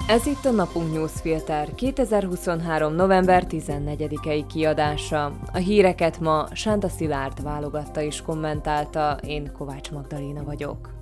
Ez itt a Napunk Newsfilter 2023. november 14-i kiadása. A híreket ma Sánta Szilárd válogatta és kommentálta, én Kovács Magdalena vagyok.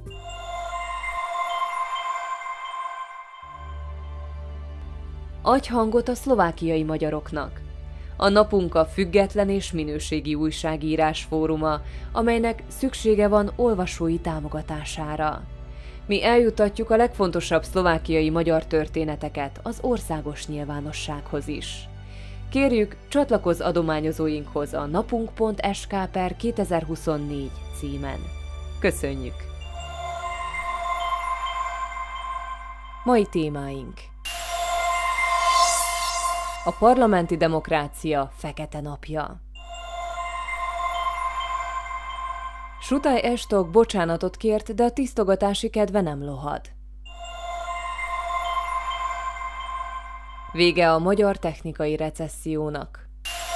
Adj hangot a szlovákiai magyaroknak! A Napunk a független és minőségi újságírás fóruma, amelynek szüksége van olvasói támogatására. Mi eljutatjuk a legfontosabb szlovákiai magyar történeteket az országos nyilvánossághoz is. Kérjük, csatlakozz adományozóinkhoz a napunk.sk/2024 címen. Köszönjük! Mai témáink: a parlamenti demokrácia fekete napja. Sutaj Estok bocsánatot kért, de a tisztogatási kedve nem lohad. Vége a magyar technikai recessziónak.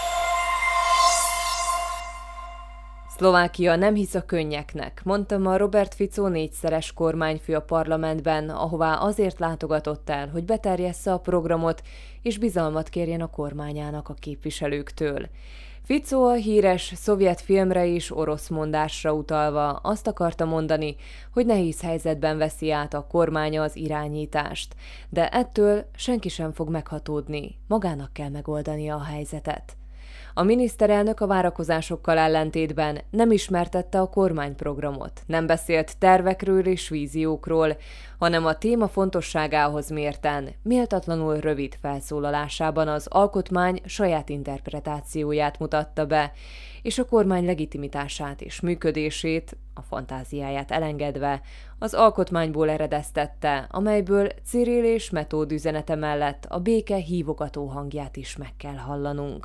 Szlovákia nem hisz a könnyeknek, mondta ma Robert Fico négyszeres kormányfő a parlamentben, ahová azért látogatott el, hogy beterjessze a programot és bizalmat kérjen a kormányának a képviselőktől. Fico a híres szovjet filmre és orosz mondásra utalva azt akarta mondani, hogy nehéz helyzetben veszi át a kormánya az irányítást, de ettől senki sem fog meghatódni, magának kell megoldania a helyzetet. A miniszterelnök a várakozásokkal ellentétben nem ismertette a kormányprogramot, nem beszélt tervekről és víziókról, hanem a téma fontosságához mérten, méltatlanul rövid felszólalásában az alkotmány saját interpretációját mutatta be, és a kormány legitimitását és működését, a fantáziáját elengedve, az alkotmányból eredeztette, amelyből Cirill és Metód üzenete mellett a béke hívogató hangját is meg kell hallanunk.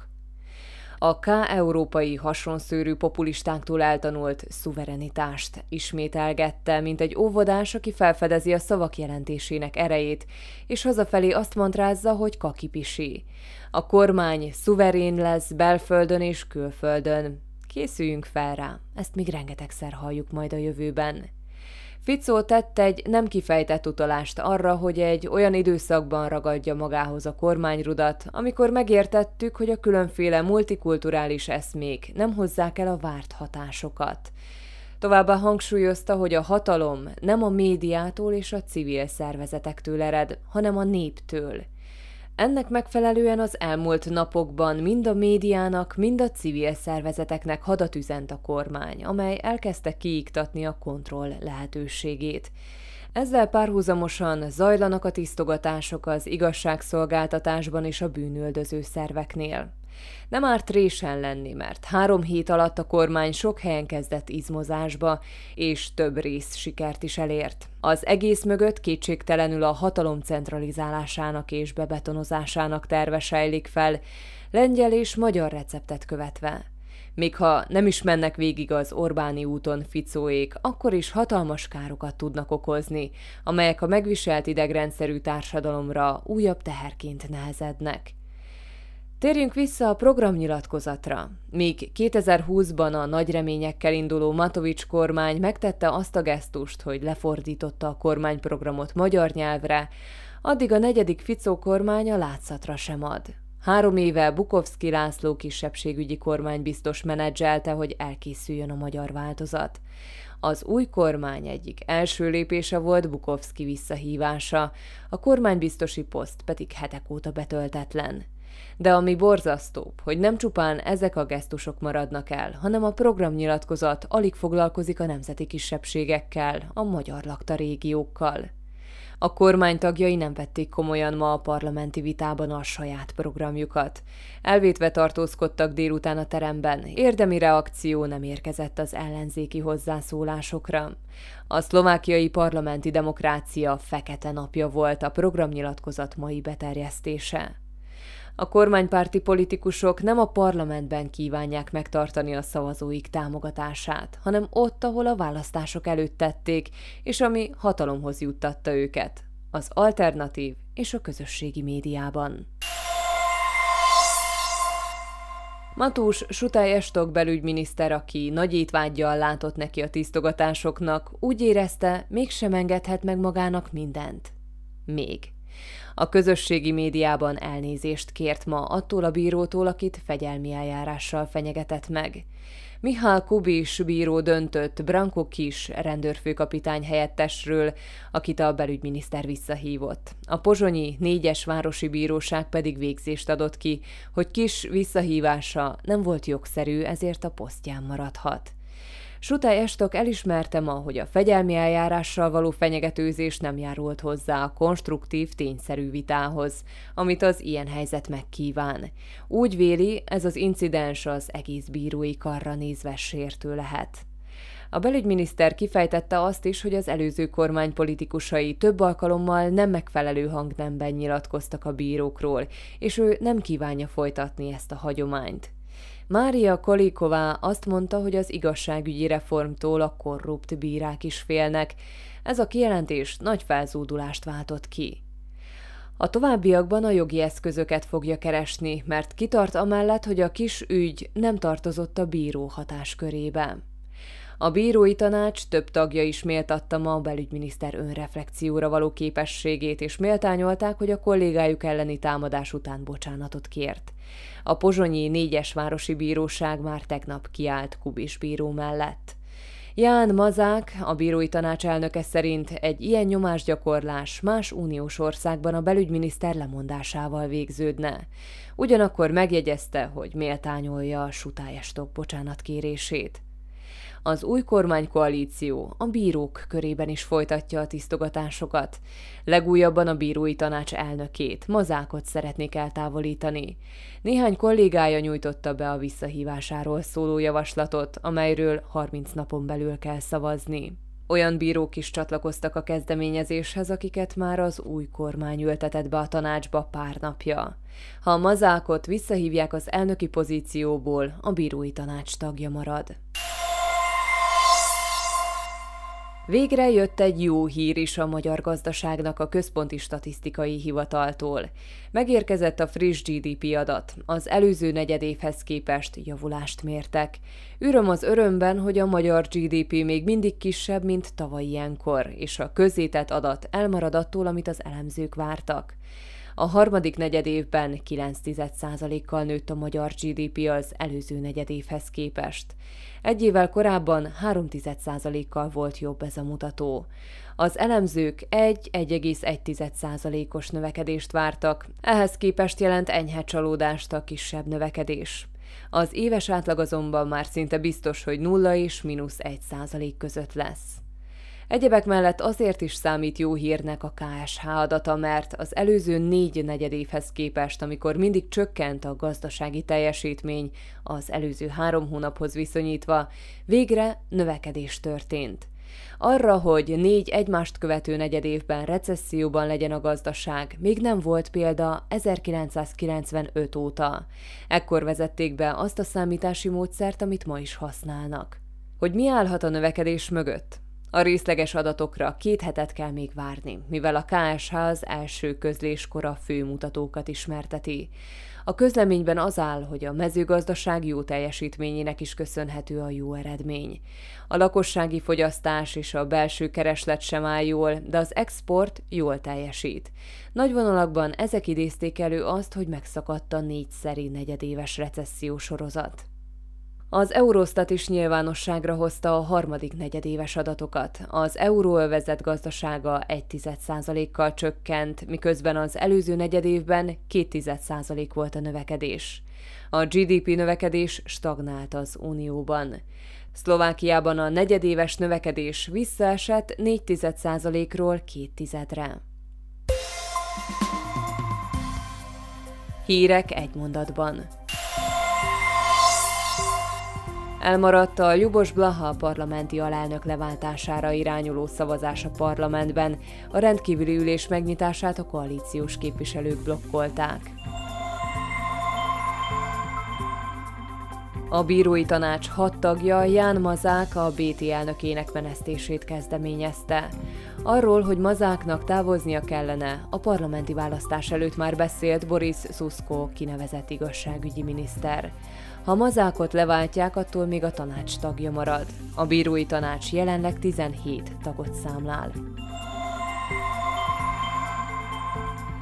A K-európai hasonszőrű populistáktól eltanult szuverenitást ismételgette, mint egy óvodás, aki felfedezi a szavak jelentésének erejét, és hazafelé azt mantrázza, hogy kakipisi. A kormány szuverén lesz belföldön és külföldön. Készüljünk fel rá, ezt még rengetegszer halljuk majd a jövőben. Fico tett egy nem kifejtett utalást arra, hogy egy olyan időszakban ragadja magához a kormányrudat, amikor megértettük, hogy a különféle multikulturális eszmék nem hozzák el a várt hatásokat. Továbbá hangsúlyozta, hogy a hatalom nem a médiától és a civil szervezetektől ered, hanem a néptől. Ennek megfelelően az elmúlt napokban mind a médiának, mind a civil szervezeteknek hadat üzent a kormány, amely elkezdte kiiktatni a kontroll lehetőségét. Ezzel párhuzamosan zajlanak a tisztogatások az igazságszolgáltatásban és a bűnüldöző szerveknél. Nem árt résen lenni, mert 3 hét alatt a kormány sok helyen kezdett izmozásba, és több részsikert is elért. Az egész mögött kétségtelenül a hatalom centralizálásának és bebetonozásának terve sejlik fel, lengyel és magyar receptet követve. Még ha nem is mennek végig az Orbáni úton Ficóék, akkor is hatalmas károkat tudnak okozni, amelyek a megviselt idegrendszerű társadalomra újabb teherként nehezednek. Térjünk vissza a programnyilatkozatra. Míg 2020-ban a nagy reményekkel induló Matovics kormány megtette azt a gesztust, hogy lefordította a kormányprogramot magyar nyelvre, addig a 4. Fico kormánya látszatra sem ad. 3 éve Bukovszky László kisebbségügyi kormánybiztos menedzselte, hogy elkészüljön a magyar változat. Az új kormány egyik első lépése volt Bukovszky visszahívása, a kormánybiztosi poszt pedig hetek óta betöltetlen. De ami borzasztóbb, hogy nem csupán ezek a gesztusok maradnak el, hanem a programnyilatkozat alig foglalkozik a nemzeti kisebbségekkel, a magyar lakta régiókkal. A kormány tagjai nem vették komolyan ma a parlamenti vitában a saját programjukat. Elvétve tartózkodtak délután a teremben, érdemi reakció nem érkezett az ellenzéki hozzászólásokra. A szlovákiai parlamenti demokrácia fekete napja volt a programnyilatkozat mai beterjesztése. A kormánypárti politikusok nem a parlamentben kívánják megtartani a szavazóik támogatását, hanem ott, ahol a választások előtt tették, és ami hatalomhoz juttatta őket, az alternatív és a közösségi médiában. Matús Sutaj Estok belügyminiszter, aki nagy étvággyal látott neki a tisztogatásoknak, úgy érezte, mégsem engedhet meg magának mindent. Még. A közösségi médiában elnézést kért ma attól a bírótól, akit fegyelmi eljárással fenyegetett meg. Mihály Kubis bíró döntött Branko Kis rendőrfőkapitány helyettesről, akit a belügyminiszter visszahívott. A pozsonyi 4-es városi bíróság pedig végzést adott ki, hogy Kis visszahívása nem volt jogszerű, ezért a posztján maradhat. Sutály Estok elismerte ma, hogy a fegyelmi eljárással való fenyegetőzés nem járult hozzá a konstruktív, tényszerű vitához, amit az ilyen helyzet megkíván. Úgy véli, ez az incidens az egész bírói karra nézve sértő lehet. A belügyminiszter kifejtette azt is, hogy az előző kormány politikusai több alkalommal nem megfelelő hangnemben nyilatkoztak a bírókról, és ő nem kívánja folytatni ezt a hagyományt. Mária Kolíková azt mondta, hogy az igazságügyi reformtól a korrupt bírák is félnek. Ez a kijelentés nagy felzúdulást váltott ki. A továbbiakban a jogi eszközöket fogja keresni, mert kitart amellett, hogy a Kis ügy nem tartozott a bíró hatáskörébe. A bírói tanács több tagja is méltatta ma a belügyminiszter önreflekcióra való képességét, és méltányolták, hogy a kollégájuk elleni támadás után bocsánatot kért. A pozsonyi 4-es városi bíróság már tegnap kiállt Kubis bíró mellett. Ján Mazák, a bírói tanács elnöke szerint egy ilyen nyomásgyakorlás más uniós országban a belügyminiszter lemondásával végződne. Ugyanakkor megjegyezte, hogy méltányolja a Sutály Estok bocsánatkérését. Az új kormánykoalíció a bírók körében is folytatja a tisztogatásokat. Legújabban a bírói tanács elnökét, Mazákot szeretnék eltávolítani. Néhány kollégája nyújtotta be a visszahívásáról szóló javaslatot, amelyről 30 napon belül kell szavazni. Olyan bírók is csatlakoztak a kezdeményezéshez, akiket már az új kormány ültetett be a tanácsba pár napja. Ha a Mazákot visszahívják az elnöki pozícióból, a bírói tanács tagja marad. Végre jött egy jó hír is a magyar gazdaságnak a Központi Statisztikai Hivataltól. Megérkezett a friss GDP adat, az előző negyedévhez képest javulást mértek. Öröm az örömben, hogy a magyar GDP még mindig kisebb, mint tavaly ilyenkor, és a közzétett adat elmarad attól, amit az elemzők vártak. A harmadik negyedévben 9,1%-kal nőtt a magyar GDP az előző negyedévhez képest. Egy évvel korábban 3,1%-kal volt jobb ez a mutató. Az elemzők 1,1%-os növekedést vártak, ehhez képest jelent enyhe csalódást a kisebb növekedés. Az éves átlag azonban már szinte biztos, hogy 0 és -1% között lesz. Egyebek mellett azért is számít jó hírnek a KSH adata, mert az előző 4 negyedévhez képest, amikor mindig csökkent a gazdasági teljesítmény az előző 3 hónaphoz viszonyítva, végre növekedés történt. Arra, hogy 4 egymást követő negyedévben recesszióban legyen a gazdaság, még nem volt példa 1995 óta. Ekkor vezették be azt a számítási módszert, amit ma is használnak. Hogy mi állhat a növekedés mögött? A részleges adatokra 2 hetet kell még várni, mivel a KSH az első közléskor a fő mutatókat ismerteti. A közleményben az áll, hogy a mezőgazdaság jó teljesítményének is köszönhető a jó eredmény. A lakossági fogyasztás és a belső kereslet sem áll jól, de az export jól teljesít. Nagy vonalakban ezek idézték elő azt, hogy megszakadt a 4-szeri negyedéves recesszió sorozat. Az Eurostat is nyilvánosságra hozta a harmadik negyedéves adatokat. Az euróövezet gazdasága 1,1%-kal csökkent, miközben az előző negyedévben 2,1% volt a növekedés. A GDP növekedés stagnált az Unióban. Szlovákiában a negyedéves növekedés visszaesett 4,1%-ról 2,1%-re. Hírek egy mondatban. Elmaradt a Ljubos Blaha parlamenti alelnök leváltására irányuló szavazás a parlamentben, a rendkívüli ülés megnyitását a koalíciós képviselők blokkolták. A bírói tanács 6 tagja, Ján Mazák, a BT elnökének menesztését kezdeményezte. Arról, hogy Mazáknak távoznia kellene, a parlamenti választás előtt már beszélt Boris Szuszko kinevezett igazságügyi miniszter. Ha Mazákot leváltják, attól még a tanács tagja marad. A bírói tanács jelenleg 17 tagot számlál.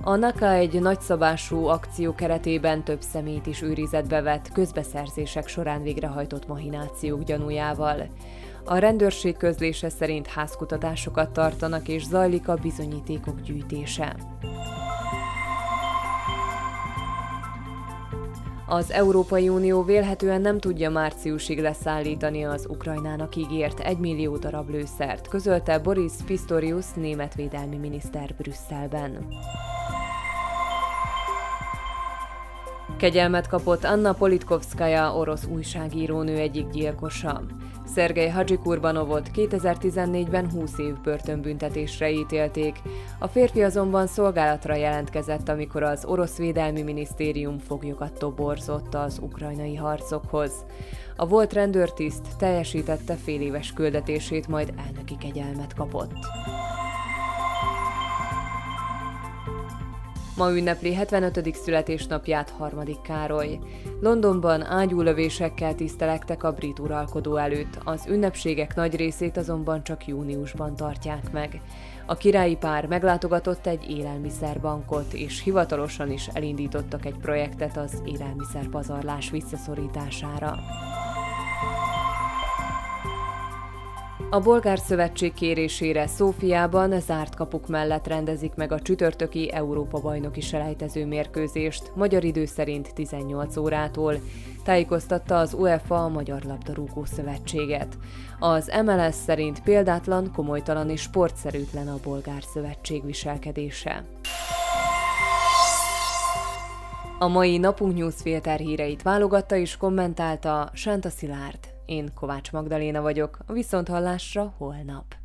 A NAKA egy nagyszabású akció keretében több személyt is őrizetbe vett közbeszerzések során végrehajtott mahinációk gyanújával. A rendőrség közlése szerint házkutatásokat tartanak és zajlik a bizonyítékok gyűjtése. Az Európai Unió vélhetően nem tudja márciusig leszállítani az Ukrajnának ígért 1 millió darab lőszert, közölte Boris Pistorius német védelmi miniszter Brüsszelben. Kegyelmet kapott Anna Politkovszkaja, orosz újságírónő egyik gyilkosa. Szergej Hadzsikurbanovot 2014-ben 20 év börtönbüntetésre ítélték, a férfi azonban szolgálatra jelentkezett, amikor az orosz védelmi minisztérium foglyokat toborzott az ukrajnai harcokhoz. A volt rendőrtiszt teljesítette féléves küldetését, majd elnöki kegyelmet kapott. Ma ünnepli 75. születésnapját Harmadik Károly. Londonban ágyúlövésekkel tisztelektek a brit uralkodó előtt, az ünnepségek nagy részét azonban csak júniusban tartják meg. A királyi pár meglátogatott egy élelmiszerbankot, és hivatalosan is elindítottak egy projektet az élelmiszerpazarlás visszaszorítására. A Bolgár Szövetség kérésére Szófiában zárt kapuk mellett rendezik meg a csütörtöki Európa-bajnoki selejtező mérkőzést, magyar idő szerint 18 órától, tájékoztatta az UEFA a Magyar Labdarúgó Szövetséget. Az MLS szerint példátlan, komolytalan és sportszerűtlen a Bolgár Szövetség viselkedése. A mai Napunk Newsfilter híreit válogatta és kommentálta Sánta Szilárd. Én Kovács Magdaléna vagyok, a viszonthallásra holnap.